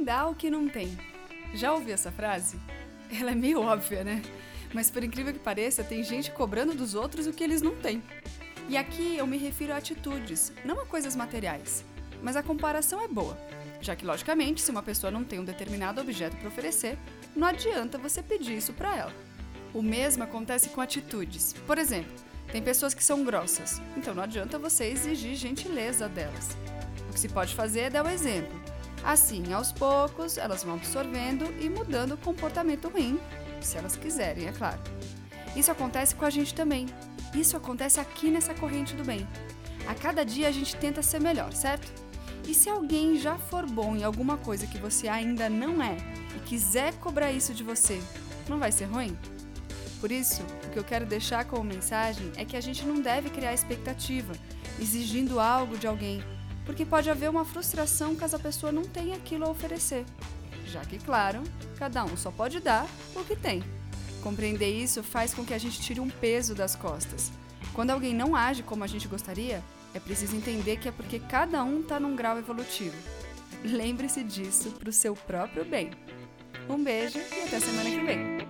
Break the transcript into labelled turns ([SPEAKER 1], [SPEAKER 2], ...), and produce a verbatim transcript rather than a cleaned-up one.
[SPEAKER 1] dá o que não tem. Já ouviu essa frase? Ela é meio óbvia, né? Mas por incrível que pareça, tem gente cobrando dos outros o que eles não têm. E aqui eu me refiro a atitudes, não a coisas materiais. Mas a comparação é boa, já que, logicamente, se uma pessoa não tem um determinado objeto para oferecer, não adianta você pedir isso para ela. O mesmo acontece com atitudes. Por exemplo, tem pessoas que são grossas, então não adianta você exigir gentileza delas. O que se pode fazer é dar o exemplo. Assim, aos poucos, elas vão absorvendo e mudando o comportamento ruim, se elas quiserem, é claro. Isso acontece com a gente também. Isso acontece aqui nessa corrente do bem. A cada dia a gente tenta ser melhor, certo? E se alguém já for bom em alguma coisa que você ainda não é e quiser cobrar isso de você, não vai ser ruim? Por isso, o que eu quero deixar como mensagem é que a gente não deve criar expectativa, exigindo algo de alguém, porque pode haver uma frustração caso a pessoa não tenha aquilo a oferecer. Já que, claro, cada um só pode dar o que tem. Compreender isso faz com que a gente tire um peso das costas. Quando alguém não age como a gente gostaria, é preciso entender que é porque cada um está num grau evolutivo. Lembre-se disso para o seu próprio bem. Um beijo e até semana que vem.